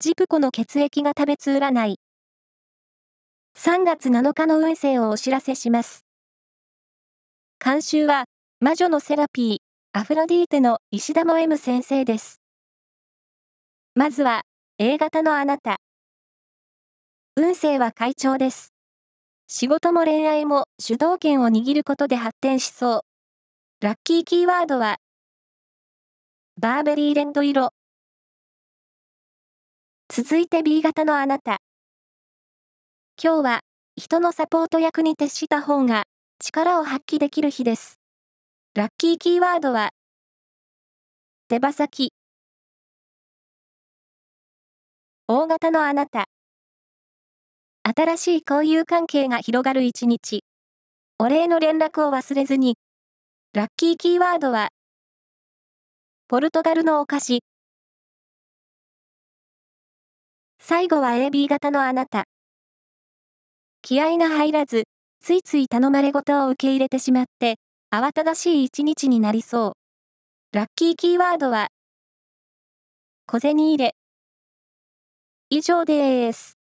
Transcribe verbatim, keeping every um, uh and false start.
ジプコの血液が食べつ占い。さんがつなのかの運勢をお知らせします。監修は、魔女のセラピー、アフロディーテの石田も M 先生です。まずは、A 型のあなた。運勢は快調です。仕事も恋愛も主導権を握ることで発展しそう。ラッキーキーワードは、バーベリーレッド色。続いて B 型のあなた。今日は、人のサポート役に徹した方が、力を発揮できる日です。ラッキーキーワードは、手羽先。O 型のあなた。新しい交友関係が広がる一日。お礼の連絡を忘れずに。ラッキーキーワードは、ポルトガルのお菓子。最後は エービー 型のあなた。気合が入らず、ついつい頼まれごとを受け入れてしまって、慌ただしい一日になりそう。ラッキーキーワードは、小銭入れ。以上です。